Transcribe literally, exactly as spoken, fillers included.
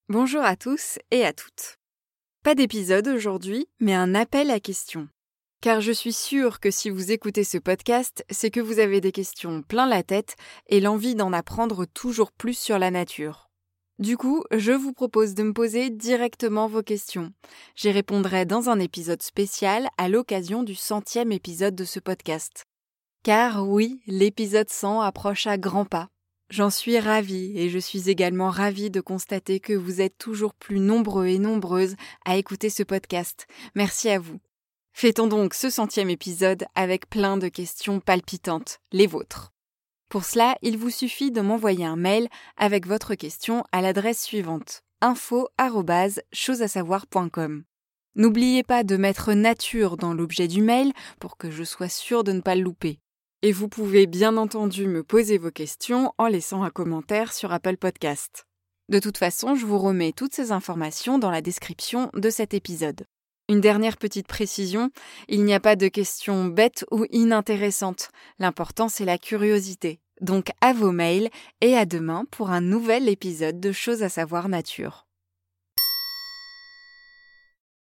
Bonjour à tous et à toutes. Pas d'épisode aujourd'hui, mais un appel à questions. Car je suis sûre que si vous écoutez ce podcast, c'est que vous avez des questions plein la tête et l'envie d'en apprendre toujours plus sur la nature. Du coup, je vous propose de me poser directement vos questions. J'y répondrai dans un épisode spécial à l'occasion du centième épisode de ce podcast. Car oui, l'épisode cent approche à grands pas. J'en suis ravie et je suis également ravie de constater que vous êtes toujours plus nombreux et nombreuses à écouter ce podcast. Merci à vous. Fêtons donc ce centième épisode avec plein de questions palpitantes, les vôtres. Pour cela, il vous suffit de m'envoyer un mail avec votre question à l'adresse suivante info arobase choses à savoir point com. N'oubliez pas de mettre nature dans l'objet du mail pour que je sois sûre de ne pas le louper. Et vous pouvez bien entendu me poser vos questions en laissant un commentaire sur Apple Podcast. De toute façon, je vous remets toutes ces informations dans la description de cet épisode. Une dernière petite précision, il n'y a pas de questions bêtes ou inintéressantes. L'important, c'est la curiosité. Donc à vos mails et à demain pour un nouvel épisode de Choses à savoir nature.